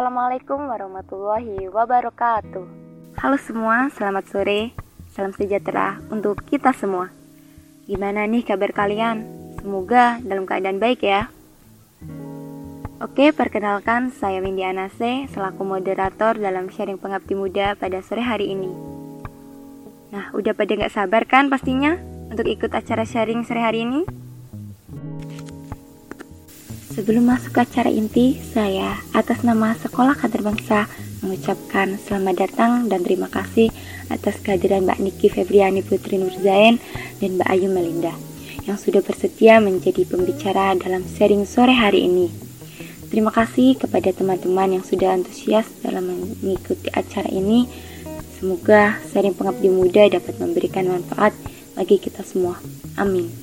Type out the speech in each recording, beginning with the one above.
Assalamualaikum warahmatullahi wabarakatuh. Halo semua, selamat sore. Salam sejahtera untuk kita semua. Gimana nih kabar kalian? Semoga dalam keadaan baik ya. Oke, perkenalkan saya Windy Anase selaku moderator dalam sharing pengabdi muda pada sore hari ini. Nah, udah pada gak sabar kan pastinya untuk ikut acara sharing sore hari ini? Sebelum masuk ke acara inti, saya atas nama Sekolah Kader Bangsa mengucapkan selamat datang dan terima kasih atas kehadiran Mbak Niki Febriani Putri Nurzain dan Mbak Ayu Melinda yang sudah bersedia menjadi pembicara dalam sharing sore hari ini. Terima kasih kepada teman-teman yang sudah antusias dalam mengikuti acara ini. Semoga sharing pengabdi muda dapat memberikan manfaat bagi kita semua. Amin.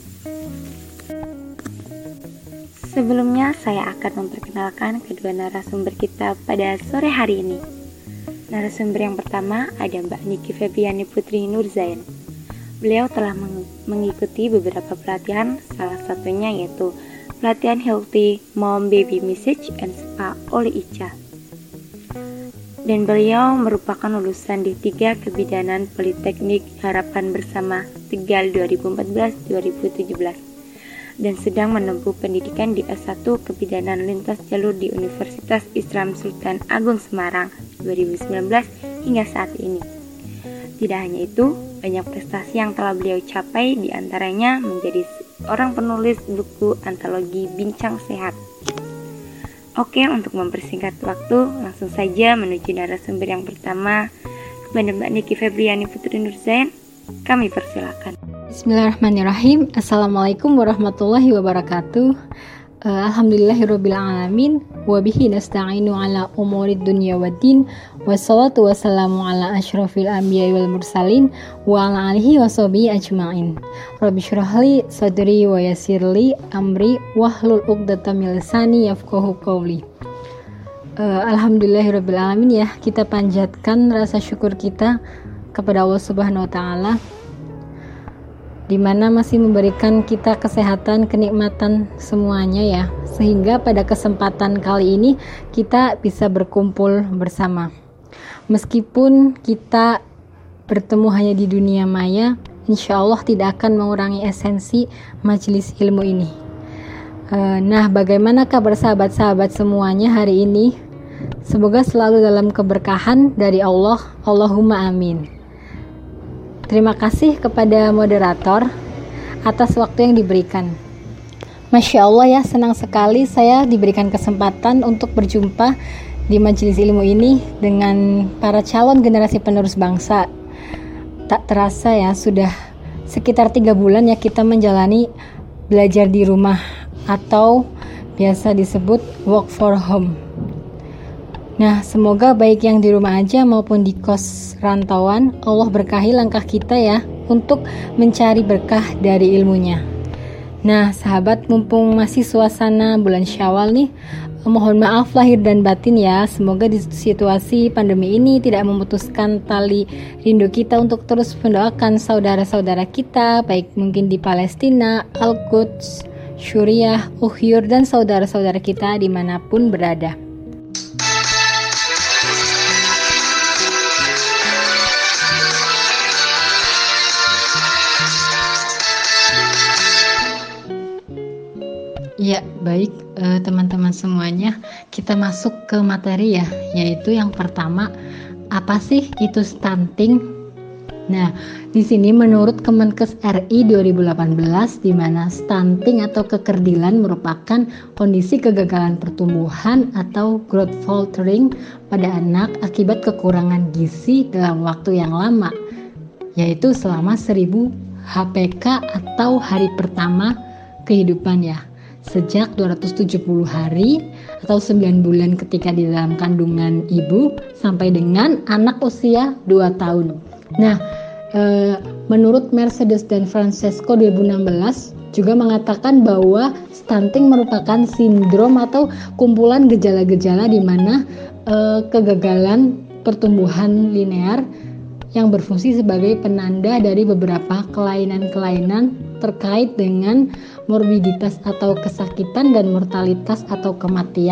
Sebelumnya saya akan memperkenalkan kedua narasumber kita pada sore hari ini. Narasumber yang pertama ada Mbak Niki Febriani Putri Nurzain. Beliau telah mengikuti beberapa pelatihan, salah satunya yaitu pelatihan Healthy Mom Baby Message and Spa oleh ICA. Dan beliau merupakan lulusan D3 Kebidanan Politeknik Harapan Bersama Tegal 2014-2017. Dan sedang menempuh pendidikan di S1 Kebidanan Lintas Jalur di Universitas Islam Sultan Agung Semarang 2019 hingga saat ini. Tidak hanya itu, banyak prestasi yang telah beliau capai, diantaranya menjadi seorang penulis buku antologi Bincang Sehat. Oke, untuk mempersingkat waktu, langsung saja menuju narasumber yang pertama. Kepada Mbak Niki Febriani Putri Nurzain, kami persilakan. Bismillahirrahmanirrahim. Assalamualaikum warahmatullahi wabarakatuh. Alhamdulillahirabbil alamin wa bihi nasta'inu ala umurid dunya waddin. Wassalatu wassalamu ala asyrafil anbiya'i wal mursalin wa ala alihi washabihi ajmain. Rabbi shrahli sadri wa yassirli amri wahlul 'uqdatam min lisani yafqahu qawli. Alhamdulillahirabbil alamin ya, kita panjatkan rasa syukur kita kepada Allah Subhanahu wa taala di mana masih memberikan kita kesehatan, kenikmatan semuanya ya, sehingga pada kesempatan kali ini kita bisa berkumpul bersama. Meskipun kita bertemu hanya di dunia maya, insya Allah tidak akan mengurangi esensi majelis ilmu ini. Nah, bagaimana kabar sahabat-sahabat semuanya hari ini? Semoga selalu dalam keberkahan dari Allah, Allahumma amin. Terima kasih kepada moderator atas waktu yang diberikan. Masya Allah ya, senang sekali saya diberikan kesempatan untuk berjumpa di majelis ilmu ini dengan para calon generasi penerus bangsa. Tak terasa ya, sudah sekitar 3 bulan ya kita menjalani belajar di rumah atau biasa disebut work for home. Nah, semoga baik yang di rumah aja maupun di kos rantauan, Allah berkahi langkah kita ya untuk mencari berkah dari ilmunya. Nah, sahabat, mumpung masih suasana bulan Syawal nih, mohon maaf lahir dan batin ya. Semoga di situasi pandemi ini tidak memutuskan tali rindu kita untuk terus mendoakan saudara-saudara kita, baik mungkin di Palestina, Al-Quds, Suriah, Uhyur, dan saudara-saudara kita dimanapun berada. Ya, baik teman-teman semuanya, kita masuk ke materi ya, yaitu yang pertama, apa sih itu stunting? Nah, di sini menurut Kemenkes RI 2018, di mana stunting atau kekerdilan merupakan kondisi kegagalan pertumbuhan atau growth faltering pada anak akibat kekurangan gizi dalam waktu yang lama, yaitu selama 1000 HPK atau hari pertama kehidupan ya. Sejak 270 hari atau 9 bulan ketika di dalam kandungan ibu sampai dengan anak usia 2 tahun. Nah, menurut Mercedes dan Francesco 2016 juga mengatakan bahwa stunting merupakan sindrom atau kumpulan gejala-gejala di mana kegagalan pertumbuhan linear yang berfungsi sebagai penanda dari beberapa kelainan-kelainan terkait dengan morbiditas atau kesakitan dan mortalitas atau kematian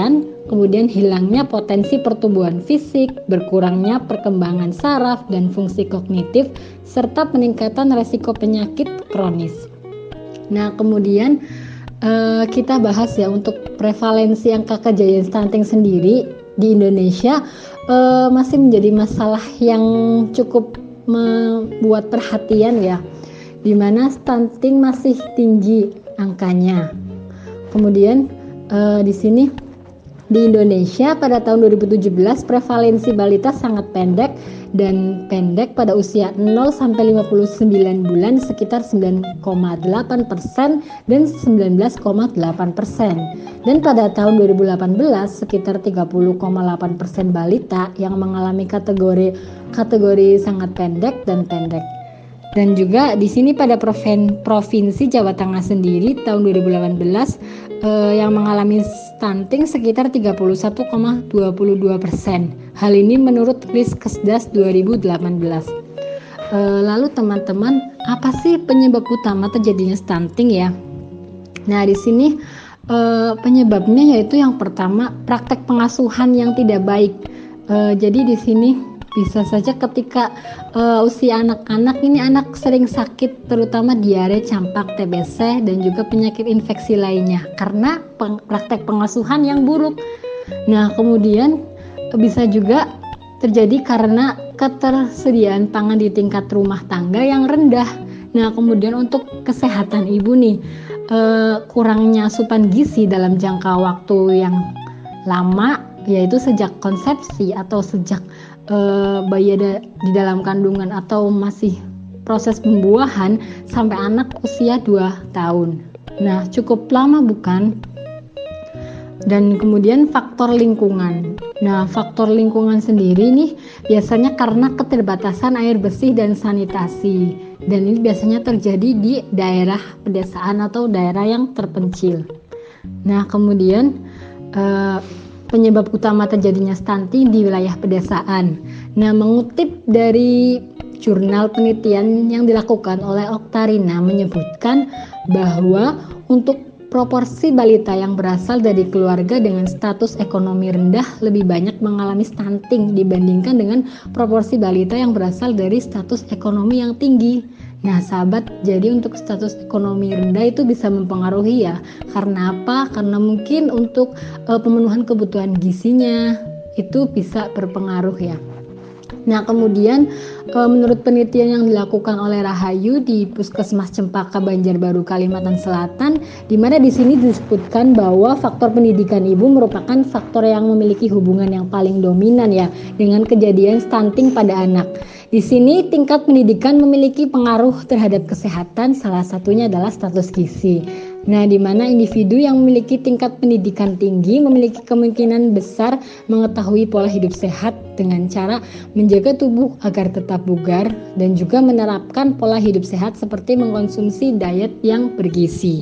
kemudian hilangnya potensi pertumbuhan fisik, berkurangnya perkembangan saraf dan fungsi kognitif, serta peningkatan resiko penyakit kronis. Nah, kemudian kita bahas ya untuk prevalensi angka kejadian stunting sendiri di Indonesia masih menjadi masalah yang cukup membuat perhatian ya, di mana stunting masih tinggi angkanya. Kemudian di sini di Indonesia pada tahun 2017 prevalensi balita sangat pendek pada usia 0 sampai 59 bulan sekitar 9,8% dan 19,8%. Dan pada tahun 2018 sekitar 30,8% balita yang mengalami kategori sangat pendek dan pendek. Dan juga di sini pada provinsi Jawa Tengah sendiri tahun 2018 yang mengalami stunting sekitar 31,22%. Hal ini menurut Riskesdas 2018. Lalu teman-teman, apa sih penyebab utama terjadinya stunting ya? Nah, di sini penyebabnya yaitu yang pertama praktek pengasuhan yang tidak baik. Jadi di sini bisa saja ketika usia anak-anak ini anak sering sakit, terutama diare, campak, TBC dan juga penyakit infeksi lainnya karena praktek pengasuhan yang buruk. Nah, kemudian bisa juga terjadi karena ketersediaan pangan di tingkat rumah tangga yang rendah. Nah, kemudian untuk kesehatan ibu nih, kurangnya asupan gizi dalam jangka waktu yang lama, yaitu sejak konsepsi atau sejak bayi ada di dalam kandungan atau masih proses pembuahan sampai anak usia 2 tahun. Nah, cukup lama bukan? Dan kemudian faktor lingkungan. Nah, faktor lingkungan sendiri nih biasanya karena keterbatasan air bersih dan sanitasi. Dan ini biasanya terjadi di daerah pedesaan atau daerah yang terpencil. Nah, kemudian penyebab utama terjadinya stunting di wilayah pedesaan. Nah, mengutip dari jurnal penelitian yang dilakukan oleh Oktarina menyebutkan bahwa untuk proporsi balita yang berasal dari keluarga dengan status ekonomi rendah lebih banyak mengalami stunting dibandingkan dengan proporsi balita yang berasal dari status ekonomi yang tinggi. Nah, sahabat, jadi untuk status ekonomi rendah itu bisa mempengaruhi ya. Karena apa? Karena mungkin untuk pemenuhan kebutuhan gizinya itu bisa berpengaruh ya. Nah, kemudian menurut penelitian yang dilakukan oleh Rahayu di Puskesmas Cempaka, Banjarbaru, Kalimantan Selatan, di mana di sini disebutkan bahwa faktor pendidikan ibu merupakan faktor yang memiliki hubungan yang paling dominan ya dengan kejadian stunting pada anak. Di sini tingkat pendidikan memiliki pengaruh terhadap kesehatan, salah satunya adalah status gizi. Nah, di mana individu yang memiliki tingkat pendidikan tinggi memiliki kemungkinan besar mengetahui pola hidup sehat dengan cara menjaga tubuh agar tetap bugar dan juga menerapkan pola hidup sehat seperti mengkonsumsi diet yang bergizi.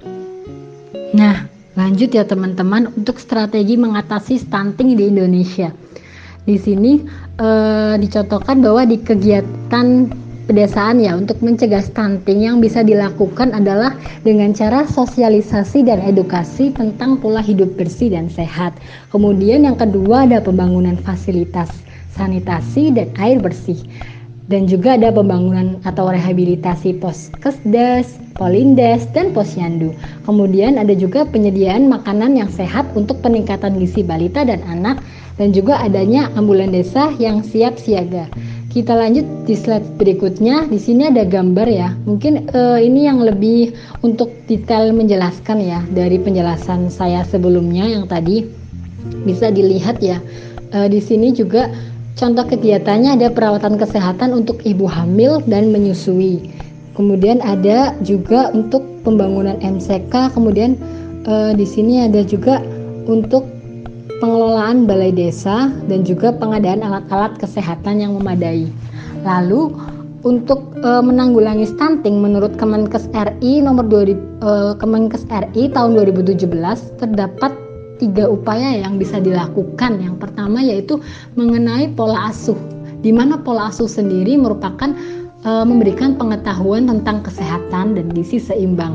Nah, lanjut ya teman-teman untuk strategi mengatasi stunting di Indonesia. Di sini dicontohkan bahwa di kegiatan pedesaan ya untuk mencegah stunting yang bisa dilakukan adalah dengan cara sosialisasi dan edukasi tentang pola hidup bersih dan sehat. Kemudian yang kedua ada pembangunan fasilitas sanitasi dan air bersih. Dan juga ada pembangunan atau rehabilitasi Poskesdas, Polindes, dan Posyandu. Kemudian ada juga penyediaan makanan yang sehat untuk peningkatan gizi balita dan anak, dan juga adanya ambulan desa yang siap siaga. Kita lanjut di slide berikutnya. Di sini ada gambar ya. Mungkin ini yang lebih untuk detail menjelaskan ya dari penjelasan saya sebelumnya yang tadi. Bisa dilihat ya. Di sini juga contoh kegiatannya ada perawatan kesehatan untuk ibu hamil dan menyusui. Kemudian ada juga untuk pembangunan MCK. Kemudian di sini ada juga untuk pengelolaan balai desa dan juga pengadaan alat-alat kesehatan yang memadai. Lalu untuk menanggulangi stunting menurut Kemenkes RI Kemenkes RI tahun 2017 terdapat 3 upaya yang bisa dilakukan. Yang pertama yaitu mengenai pola asuh, di mana pola asuh sendiri merupakan memberikan pengetahuan tentang kesehatan dan gizi seimbang.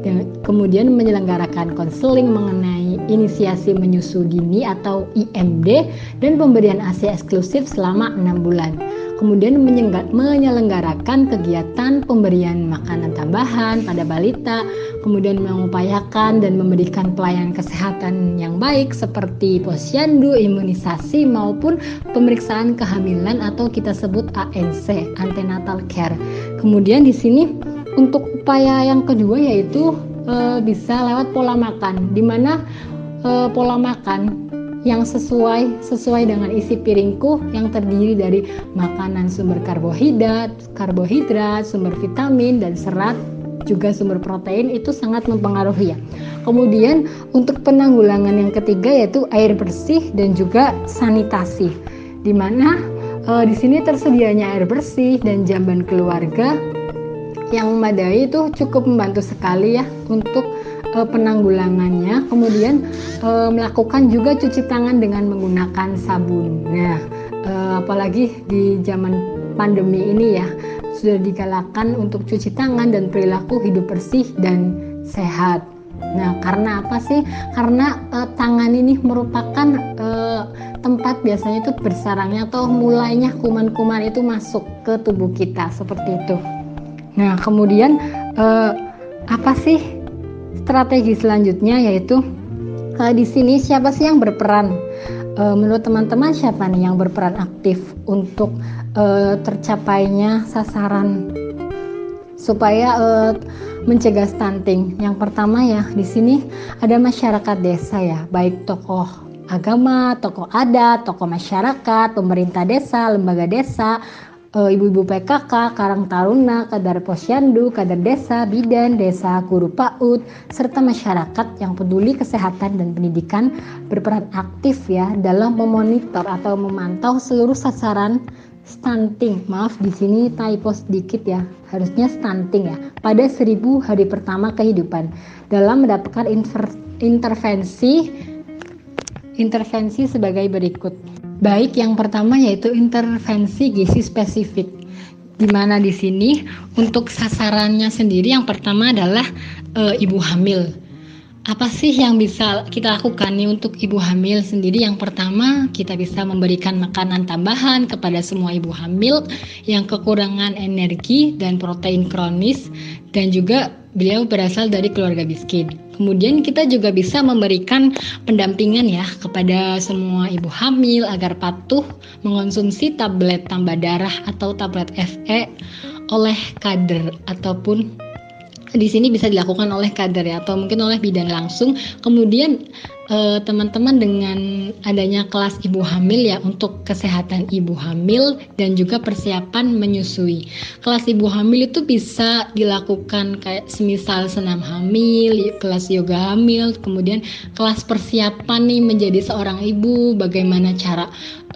kemudian menyelenggarakan konseling mengenai inisiasi menyusui dini atau IMD dan pemberian ASI eksklusif selama 6 bulan. Kemudian menyelenggarakan kegiatan pemberian makanan tambahan pada balita, kemudian mengupayakan dan memberikan pelayanan kesehatan yang baik seperti posyandu, imunisasi maupun pemeriksaan kehamilan atau kita sebut ANC, antenatal care. Kemudian di sini untuk upaya yang kedua yaitu bisa lewat pola makan, di mana pola makan yang sesuai dengan isi piringku yang terdiri dari makanan sumber karbohidrat, sumber vitamin dan serat, juga sumber protein itu sangat mempengaruhi ya. Kemudian untuk penanggulangan yang ketiga yaitu air bersih dan juga sanitasi, di mana di sini tersedianya air bersih dan jamban keluarga yang memadai itu cukup membantu sekali ya untuk penanggulangannya. Kemudian melakukan juga cuci tangan dengan menggunakan sabun. Nah, apalagi di zaman pandemi ini ya, sudah digalakkan untuk cuci tangan dan perilaku hidup bersih dan sehat. Nah, karena apa sih? Karena tangan ini merupakan tempat biasanya itu bersarangnya atau mulainya kuman-kuman itu masuk ke tubuh kita seperti itu. Nah, kemudian apa sih strategi selanjutnya yaitu di sini siapa sih yang berperan? Menurut teman-teman siapa nih yang berperan aktif untuk tercapainya sasaran supaya mencegah stunting? Yang pertama ya di sini ada masyarakat desa ya, baik tokoh agama, tokoh adat, tokoh masyarakat, pemerintah desa, lembaga desa, ibu-ibu PKK, Karang Taruna, Kadar Posyandu, Kadar Desa, Bidan, Desa, Guru PAUD, serta masyarakat yang peduli kesehatan dan pendidikan berperan aktif ya dalam memonitor atau memantau seluruh sasaran stunting. Maaf di sini typo sedikit ya, harusnya stunting ya. Pada 1000 hari pertama kehidupan dalam mendapatkan intervensi sebagai berikut. Baik, yang pertama yaitu intervensi gizi spesifik, di mana di sini untuk sasarannya sendiri yang pertama adalah ibu hamil. Apa sih yang bisa kita lakukan nih untuk ibu hamil sendiri? Yang pertama, kita bisa memberikan makanan tambahan kepada semua ibu hamil yang kekurangan energi dan protein kronis dan juga beliau berasal dari keluarga miskin. Kemudian kita juga bisa memberikan pendampingan ya kepada semua ibu hamil agar patuh mengonsumsi tablet tambah darah atau tablet FE oleh kader ataupun di sini bisa dilakukan oleh kader ya atau mungkin oleh bidan langsung. Kemudian teman-teman dengan adanya kelas ibu hamil ya untuk kesehatan ibu hamil dan juga persiapan menyusui. Kelas ibu hamil itu bisa dilakukan kayak semisal senam hamil, kelas yoga hamil, kemudian kelas persiapan nih menjadi seorang ibu, bagaimana cara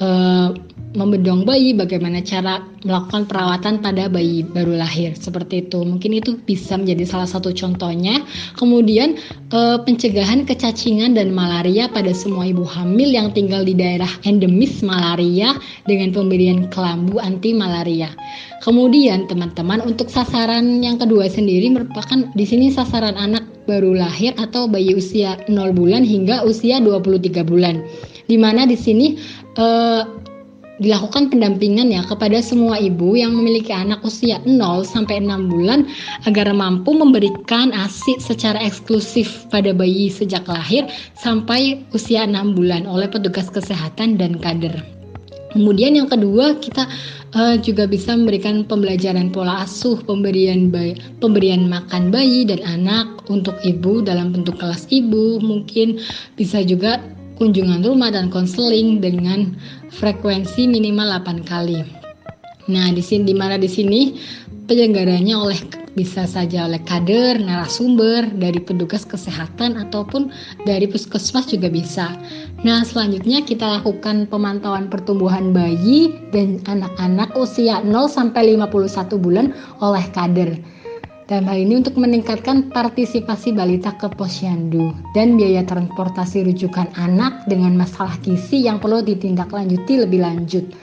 membedong bayi, bagaimana cara melakukan perawatan pada bayi baru lahir, seperti itu. Mungkin itu bisa menjadi salah satu contohnya. Kemudian pencegahan kecacingan dan malaria pada semua ibu hamil yang tinggal di daerah endemis malaria dengan pemberian kelambu anti malaria. Kemudian teman-teman untuk sasaran yang kedua sendiri merupakan di sini sasaran anak baru lahir atau bayi usia 0 bulan hingga usia 23 bulan. Di mana di sini dilakukan pendampingan ya kepada semua ibu yang memiliki anak usia 0 sampai 6 bulan agar mampu memberikan ASI secara eksklusif pada bayi sejak lahir sampai usia 6 bulan oleh petugas kesehatan dan kader. Kemudian yang kedua kita juga bisa memberikan pembelajaran pola asuh, pemberian makan bayi dan anak untuk ibu dalam bentuk kelas ibu, mungkin bisa juga kunjungan rumah dan konseling dengan frekuensi minimal 8 kali. Nah, di sini penyelenggaranya bisa saja oleh kader, narasumber dari petugas kesehatan ataupun dari puskesmas juga bisa. Nah, selanjutnya kita lakukan pemantauan pertumbuhan bayi dan anak-anak usia 0 sampai 51 bulan oleh kader. Dalam hal ini untuk meningkatkan partisipasi balita ke posyandu dan biaya transportasi rujukan anak dengan masalah gizi yang perlu ditindaklanjuti lebih lanjut.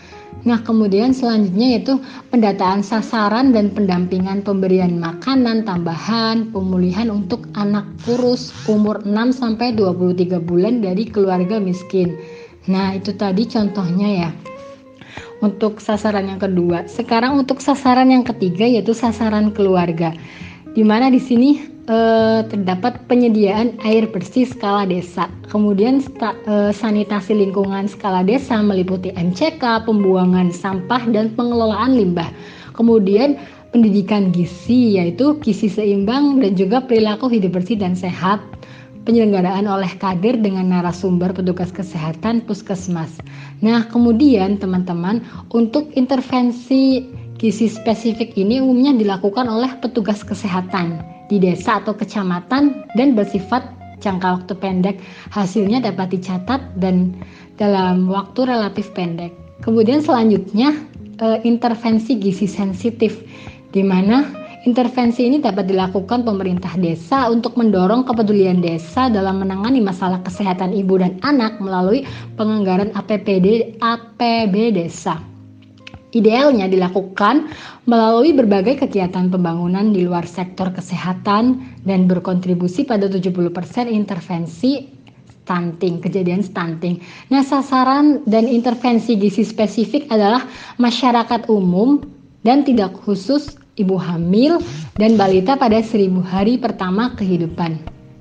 Nah, kemudian selanjutnya yaitu pendataan sasaran dan pendampingan pemberian makanan tambahan, pemulihan untuk anak kurus umur 6 sampai 23 bulan dari keluarga miskin. Nah, itu tadi contohnya ya. Untuk sasaran yang kedua. Sekarang untuk sasaran yang ketiga yaitu sasaran keluarga. Di mana di sini terdapat penyediaan air bersih skala desa, kemudian sanitasi lingkungan skala desa meliputi MCK, pembuangan sampah dan pengelolaan limbah, kemudian pendidikan gizi yaitu gizi seimbang dan juga perilaku hidup bersih dan sehat, penyelenggaraan oleh kader dengan narasumber petugas kesehatan puskesmas. Nah, kemudian teman-teman, untuk intervensi gizi spesifik ini umumnya dilakukan oleh petugas kesehatan di desa atau kecamatan dan bersifat jangka waktu pendek. Hasilnya dapat dicatat dan dalam waktu relatif pendek. Kemudian selanjutnya intervensi gizi sensitif, di mana intervensi ini dapat dilakukan pemerintah desa untuk mendorong kepedulian desa dalam menangani masalah kesehatan ibu dan anak melalui penganggaran APB desa. Idealnya dilakukan melalui berbagai kegiatan pembangunan di luar sektor kesehatan dan berkontribusi pada 70% intervensi stunting, kejadian stunting. Nah, sasaran dan intervensi gizi spesifik adalah masyarakat umum dan tidak khusus ibu hamil dan balita pada 1000 hari pertama kehidupan.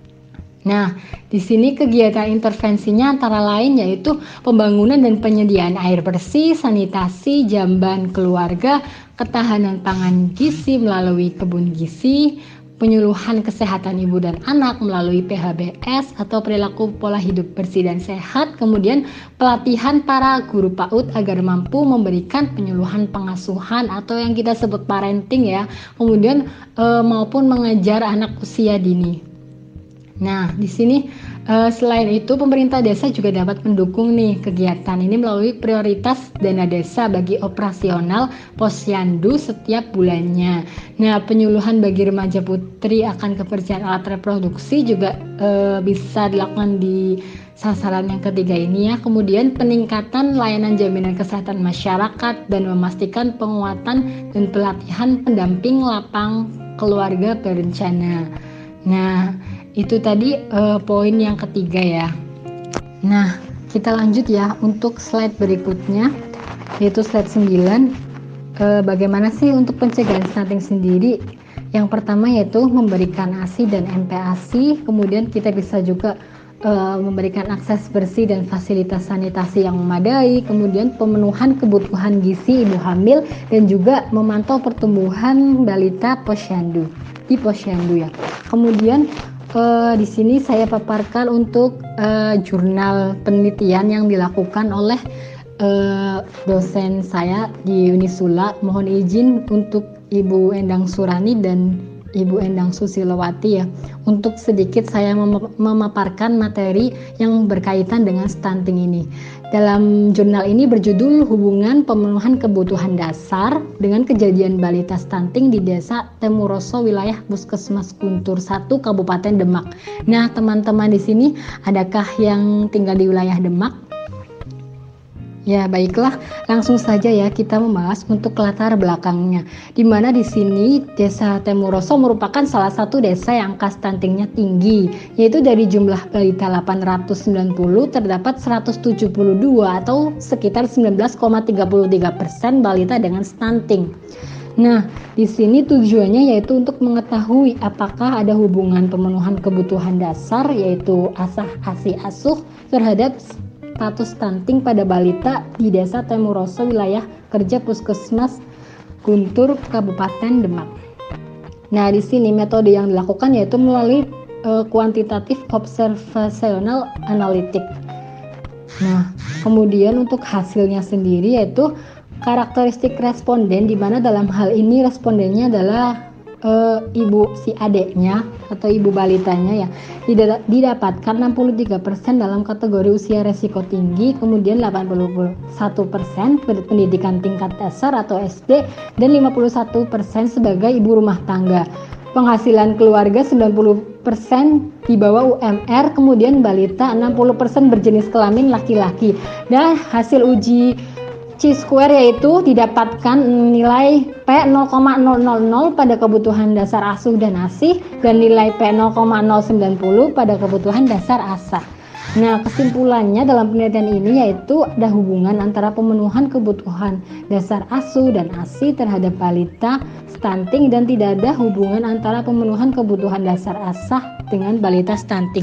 Nah, di sini kegiatan intervensinya antara lain yaitu pembangunan dan penyediaan air bersih, sanitasi, jamban keluarga, ketahanan pangan gizi melalui kebun gizi, penyuluhan kesehatan ibu dan anak melalui PHBS atau perilaku pola hidup bersih dan sehat, kemudian pelatihan para guru PAUD agar mampu memberikan penyuluhan pengasuhan atau yang kita sebut parenting ya, kemudian maupun mengajar anak usia dini. Nah, di sini selain itu pemerintah desa juga dapat mendukung nih kegiatan ini melalui prioritas dana desa bagi operasional posyandu setiap bulannya. Nah, penyuluhan bagi remaja putri akan kebersihan alat reproduksi juga bisa dilakukan di sasaran yang ketiga ini ya. Kemudian peningkatan layanan jaminan kesehatan masyarakat dan memastikan penguatan dan pelatihan pendamping lapang keluarga berencana. Nah, itu tadi poin yang ketiga ya. Nah, kita lanjut ya untuk slide berikutnya, yaitu slide 9. Bagaimana sih untuk pencegahan stunting sendiri? Yang pertama yaitu memberikan ASI dan MPASI, kemudian kita bisa juga memberikan akses bersih dan fasilitas sanitasi yang memadai, kemudian pemenuhan kebutuhan gizi ibu hamil dan juga memantau pertumbuhan balita posyandu di posyandu ya. Kemudian di sini saya paparkan untuk jurnal penelitian yang dilakukan oleh dosen saya di Unisula. Mohon izin untuk Ibu Endang Surani dan Ibu Endang Susilowati ya, untuk sedikit saya memaparkan materi yang berkaitan dengan stunting ini. Dalam jurnal ini berjudul Hubungan Pemenuhan Kebutuhan Dasar dengan Kejadian Balita Stunting di Desa Temuroso, Wilayah Puskesmas Guntur 1, Kabupaten Demak. Nah, teman-teman di sini adakah yang tinggal di wilayah Demak? Ya, baiklah, langsung saja ya kita membahas untuk latar belakangnya. Di mana di sini Desa Temuroso merupakan salah satu desa yang angka stuntingnya tinggi, yaitu dari jumlah balita 890 terdapat 172 atau sekitar 19,33% balita dengan stunting. Nah, di sini tujuannya yaitu untuk mengetahui apakah ada hubungan pemenuhan kebutuhan dasar yaitu ASI asuh terhadap status stunting pada balita di Desa Temuroso, wilayah kerja Puskesmas Guntur, Kabupaten Demak. Nah, di sini metode yang dilakukan yaitu melalui kuantitatif observasional analitik. Nah, kemudian untuk hasilnya sendiri yaitu karakteristik responden, di mana dalam hal ini respondennya adalah ibu si adeknya atau ibu balitanya ya, didapatkan 63% dalam kategori usia resiko tinggi, kemudian 81% berpendidikan tingkat dasar atau SD, dan 51% sebagai ibu rumah tangga. Penghasilan keluarga 90% di bawah UMR, kemudian balita 60% berjenis kelamin laki-laki. Dan hasil uji C-square yaitu didapatkan nilai P 0,000 pada kebutuhan dasar asuh dan ASI dan nilai P 0,090 pada kebutuhan dasar ASA. Nah, kesimpulannya dalam penelitian ini yaitu ada hubungan antara pemenuhan kebutuhan dasar asuh dan ASI terhadap balita stunting dan tidak ada hubungan antara pemenuhan kebutuhan dasar ASA dengan balita stunting.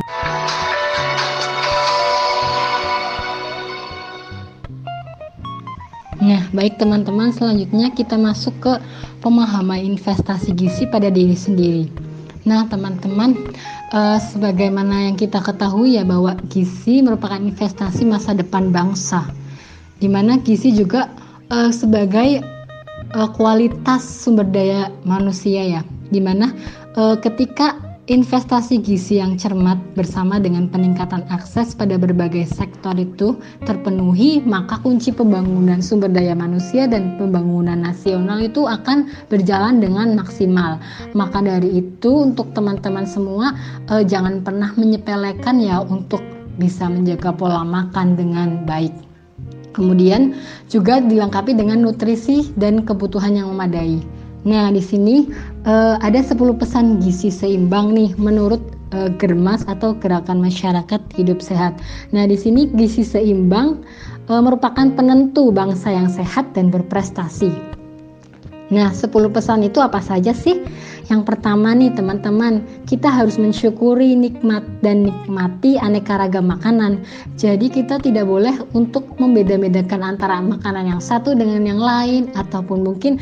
Nah, baik teman-teman, selanjutnya kita masuk ke pemahaman investasi gizi pada diri sendiri. Nah, teman-teman, sebagaimana yang kita ketahui ya bahwa gizi merupakan investasi masa depan bangsa, di mana gizi juga sebagai kualitas sumber daya manusia ya, di mana ketika investasi gizi yang cermat bersama dengan peningkatan akses pada berbagai sektor itu terpenuhi, maka kunci pembangunan sumber daya manusia dan pembangunan nasional itu akan berjalan dengan maksimal. Maka dari itu untuk teman-teman semua jangan pernah menyepelekan ya untuk bisa menjaga pola makan dengan baik. Kemudian juga dilengkapi dengan nutrisi dan kebutuhan yang memadai. Nah, di sini ada 10 pesan gizi seimbang nih menurut Germas atau Gerakan Masyarakat Hidup Sehat. Nah, di sini gizi seimbang merupakan penentu bangsa yang sehat dan berprestasi. Nah, 10 pesan itu apa saja sih? Yang pertama nih teman-teman, kita harus mensyukuri nikmat dan nikmati aneka ragam makanan. Jadi kita tidak boleh untuk membeda-bedakan antara makanan yang satu dengan yang lain, ataupun mungkin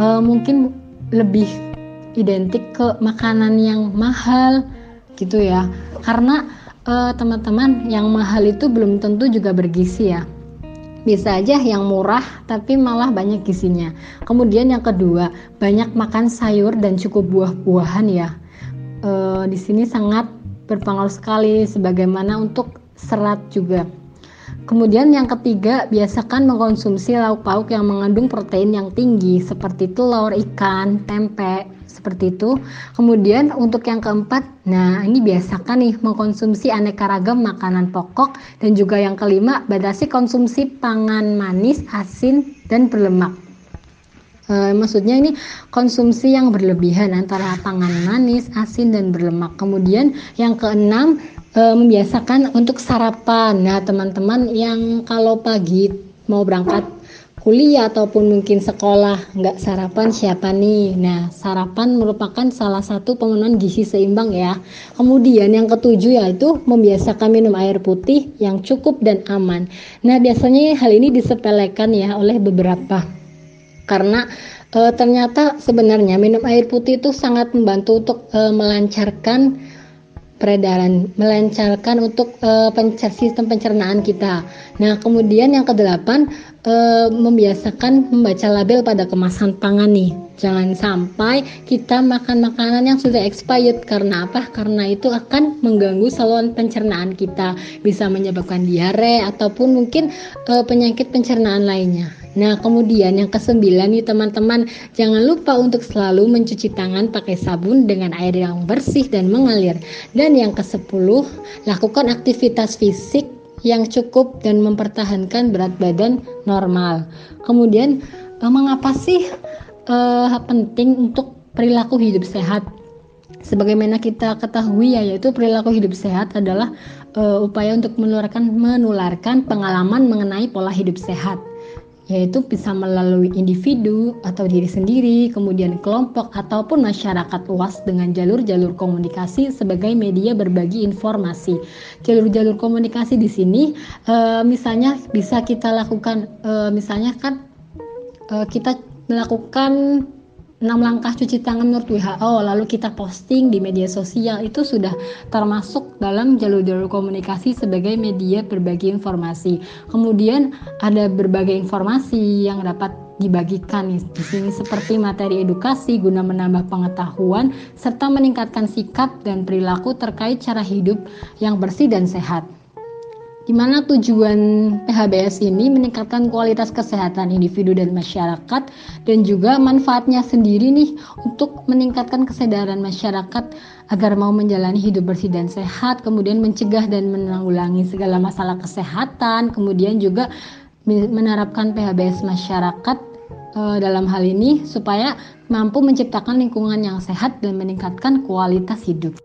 lebih identik ke makanan yang mahal gitu ya. Karena teman-teman, yang mahal itu belum tentu juga bergizi ya. Bisa aja yang murah tapi malah banyak gizinya. Kemudian yang kedua, banyak makan sayur dan cukup buah-buahan ya. Di sini sangat berpengaruh sekali sebagaimana untuk serat juga. Kemudian yang ketiga, biasakan mengkonsumsi lauk pauk yang mengandung protein yang tinggi seperti telur, ikan, tempe, seperti itu. Kemudian untuk yang keempat, nah ini biasakan nih mengkonsumsi aneka ragam makanan pokok. Dan juga yang kelima, batasi konsumsi pangan manis, asin, dan berlemak. Maksudnya ini konsumsi yang berlebihan antara pangan manis, asin, dan berlemak. Kemudian yang keenam, membiasakan untuk sarapan. Nah, teman-teman yang kalau pagi mau berangkat kuliah ataupun mungkin sekolah nggak sarapan siapa nih? Nah, sarapan merupakan salah satu pemenuhan gizi seimbang ya. Kemudian yang ketujuh yaitu membiasakan minum air putih yang cukup dan aman. Nah, biasanya hal ini disepelekan ya oleh beberapa. Karena ternyata sebenarnya minum air putih itu sangat membantu untuk melancarkan peredaran, melancarkan untuk sistem pencernaan kita. Nah, kemudian yang kedelapan, membiasakan membaca label pada kemasan pangan nih. Jangan sampai kita makan makanan yang sudah expired. Karena apa? Karena itu akan mengganggu saluran pencernaan kita, bisa menyebabkan diare ataupun mungkin penyakit pencernaan lainnya. Nah, kemudian yang kesembilan nih teman-teman, jangan lupa untuk selalu mencuci tangan pakai sabun dengan air yang bersih dan mengalir. Dan yang ke-10, lakukan aktivitas fisik yang cukup dan mempertahankan berat badan normal. Kemudian mengapa sih penting untuk perilaku hidup sehat? Sebagaimana kita ketahui ya, yaitu perilaku hidup sehat adalah upaya untuk menularkan pengalaman mengenai pola hidup sehat, yaitu bisa melalui individu atau diri sendiri, kemudian kelompok ataupun masyarakat luas dengan jalur-jalur komunikasi sebagai media berbagi informasi. Jalur-jalur komunikasi di sini misalnya bisa kita lakukan, kita melakukan 6 langkah cuci tangan menurut WHO, lalu kita posting di media sosial, itu sudah termasuk dalam jalur-jalur komunikasi sebagai media berbagi informasi. Kemudian ada berbagai informasi yang dapat dibagikan di sini seperti materi edukasi guna menambah pengetahuan serta meningkatkan sikap dan perilaku terkait cara hidup yang bersih dan sehat. Di mana tujuan PHBS ini meningkatkan kualitas kesehatan individu dan masyarakat, dan juga manfaatnya sendiri nih untuk meningkatkan kesadaran masyarakat agar mau menjalani hidup bersih dan sehat, kemudian mencegah dan menanggulangi segala masalah kesehatan, kemudian juga menerapkan PHBS masyarakat dalam hal ini supaya mampu menciptakan lingkungan yang sehat dan meningkatkan kualitas hidup.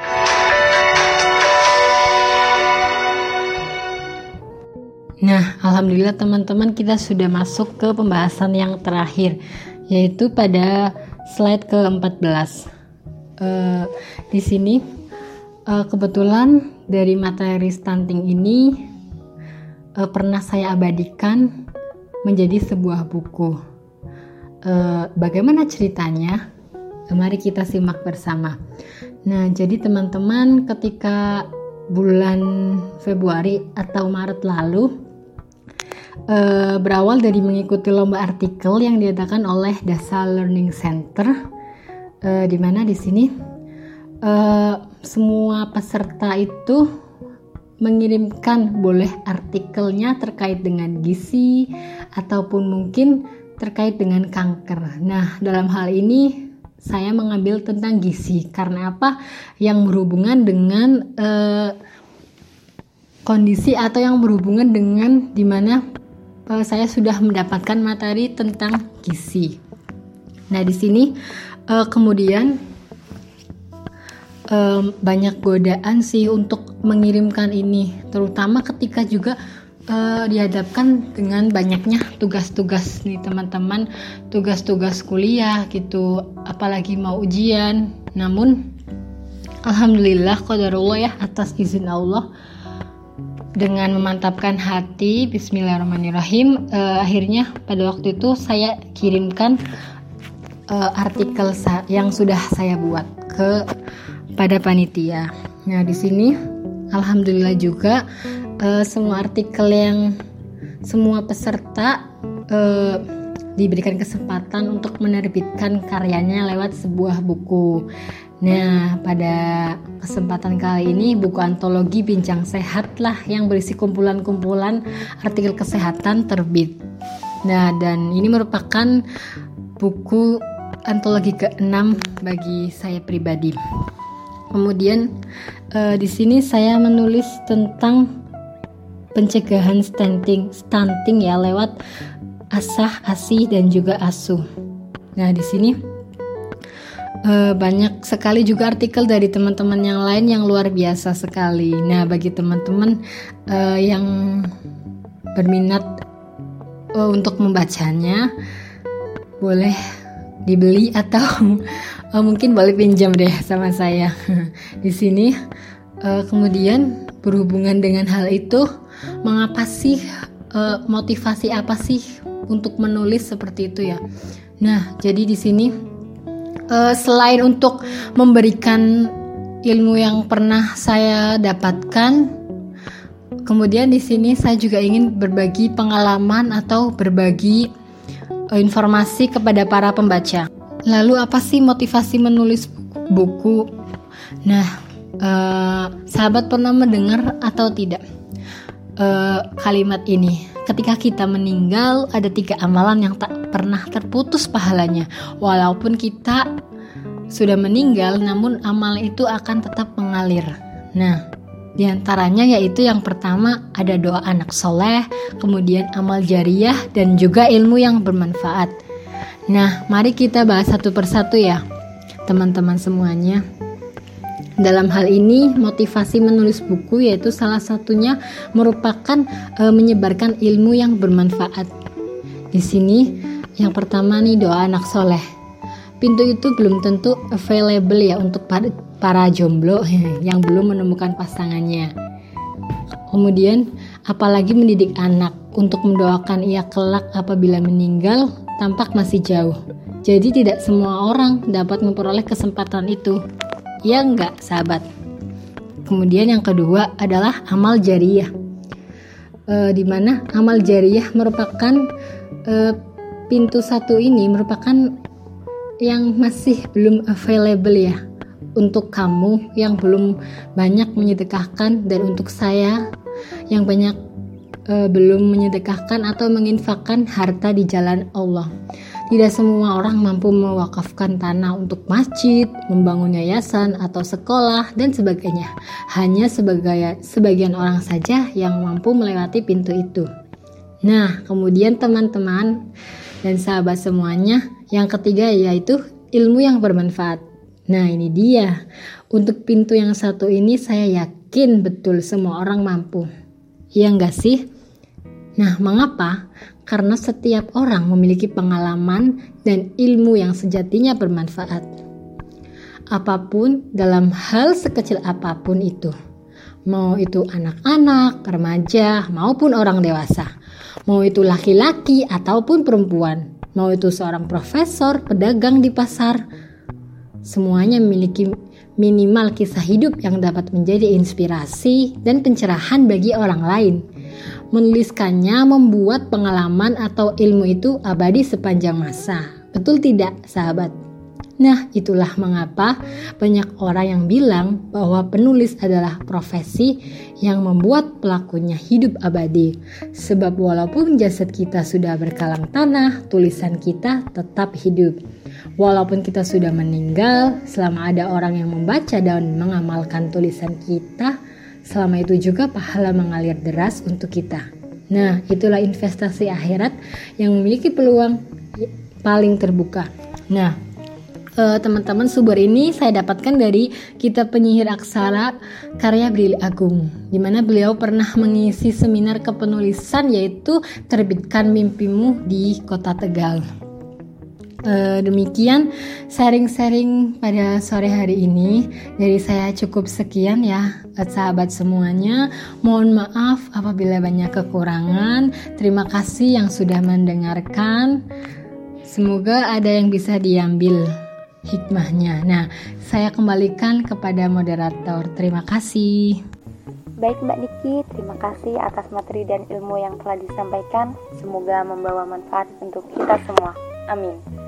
Nah, alhamdulillah teman-teman, kita sudah masuk ke pembahasan yang terakhir, yaitu pada slide ke-14. Di sini kebetulan dari materi stunting ini pernah saya abadikan menjadi sebuah buku. Bagaimana ceritanya? Mari kita simak bersama. Nah, jadi teman-teman, ketika bulan Februari atau Maret lalu, berawal dari mengikuti lomba artikel yang diadakan oleh Dasa Learning Center, di mana di sini semua peserta itu mengirimkan boleh artikelnya terkait dengan gizi ataupun mungkin terkait dengan kanker. Nah, dalam hal ini saya mengambil tentang gizi karena apa? Yang berhubungan dengan kondisi atau yang berhubungan dengan dimana saya sudah mendapatkan materi tentang gizi. Nah, di sini kemudian banyak godaan sih untuk mengirimkan ini, terutama ketika juga dihadapkan dengan banyaknya tugas-tugas nih teman-teman, tugas-tugas kuliah gitu, apalagi mau ujian. Namun alhamdulillah qadarullah ya, atas izin Allah, dengan memantapkan hati, bismillahirrahmanirrahim, akhirnya pada waktu itu saya kirimkan artikel yang sudah saya buat pada panitia. Nah, di sini alhamdulillah juga semua artikel yang semua peserta diberikan kesempatan untuk menerbitkan karyanya lewat sebuah buku. Nah, pada kesempatan kali ini buku antologi Bincang Sehat lah yang berisi kumpulan-kumpulan artikel kesehatan terbit. Nah, dan ini merupakan buku antologi ke-6 bagi saya pribadi. Kemudian di sini saya menulis tentang pencegahan stunting ya lewat asah, asih dan juga asuh. Nah, di sini banyak sekali juga artikel dari teman-teman yang lain yang luar biasa sekali. Nah, bagi teman-teman yang berminat untuk membacanya, boleh dibeli atau mungkin boleh pinjam deh sama saya. Di sini kemudian berhubungan dengan hal itu, mengapa sih, motivasi apa sih untuk menulis seperti itu ya? Nah, jadi di sini selain untuk memberikan ilmu yang pernah saya dapatkan, kemudian di sini saya juga ingin berbagi pengalaman atau berbagi informasi kepada para pembaca. Lalu apa sih motivasi menulis buku? Nah, sahabat pernah mendengar atau tidak kalimat ini? Ketika kita meninggal, ada 3 amalan yang tak pernah terputus pahalanya. Walaupun kita sudah meninggal, namun amal itu akan tetap mengalir. Nah, diantaranya yaitu yang pertama ada doa anak soleh, kemudian amal jariyah, dan juga ilmu yang bermanfaat. Nah, mari kita bahas satu persatu ya, teman-teman semuanya. Dalam hal ini, motivasi menulis buku yaitu salah satunya merupakan menyebarkan ilmu yang bermanfaat. Di sini, yang pertama nih doa anak soleh. Pintu itu belum tentu available ya untuk para jomblo yang belum menemukan pasangannya. Kemudian, apalagi mendidik anak untuk mendoakan ia kelak apabila meninggal tampak masih jauh. Jadi tidak semua orang dapat memperoleh kesempatan itu. Ya enggak, sahabat? Kemudian yang kedua adalah amal jariyah. Di mana amal jariyah merupakan pintu satu ini merupakan yang masih belum available ya untuk kamu yang belum banyak menyedekahkan, dan untuk saya yang banyak belum menyedekahkan atau menginfakkan harta di jalan Allah. Tidak semua orang mampu mewakafkan tanah untuk masjid, membangun yayasan atau sekolah dan sebagainya. Hanya sebagian orang saja yang mampu melewati pintu itu. Nah, kemudian teman-teman dan sahabat semuanya, yang ketiga yaitu ilmu yang bermanfaat. Nah, ini dia. Untuk pintu yang satu ini saya yakin betul semua orang mampu. Iya enggak sih? Nah, mengapa? Karena setiap orang memiliki pengalaman dan ilmu yang sejatinya bermanfaat. Apapun, dalam hal sekecil apapun itu. Mau itu anak-anak, remaja, maupun orang dewasa. Mau itu laki-laki ataupun perempuan. Mau itu seorang profesor, pedagang di pasar. Semuanya memiliki minimal kisah hidup yang dapat menjadi inspirasi dan pencerahan bagi orang lain. Menuliskannya membuat pengalaman atau ilmu itu abadi sepanjang masa. Betul tidak, sahabat? Nah, itulah mengapa banyak orang yang bilang bahwa penulis adalah profesi yang membuat pelakunya hidup abadi. Sebab walaupun jasad kita sudah berkalang tanah, tulisan kita tetap hidup. Walaupun kita sudah meninggal, selama ada orang yang membaca dan mengamalkan tulisan kita, selama itu juga pahala mengalir deras untuk kita. Nah, itulah investasi akhirat yang memiliki peluang paling terbuka. Nah, teman-teman, sumber ini saya dapatkan dari kitab Penyihir Aksara karya Brili Agung, di mana beliau pernah mengisi seminar kepenulisan yaitu Terbitkan Mimpimu di Kota Tegal. Demikian sharing-sharing pada sore hari ini dari saya, cukup sekian ya sahabat semuanya. Mohon maaf apabila banyak kekurangan. Terima kasih yang sudah mendengarkan. Semoga ada yang bisa diambil hikmahnya. Nah, saya kembalikan kepada moderator. Terima kasih. Baik Mbak Niki, terima kasih atas materi dan ilmu yang telah disampaikan. Semoga membawa manfaat untuk kita semua. Amin.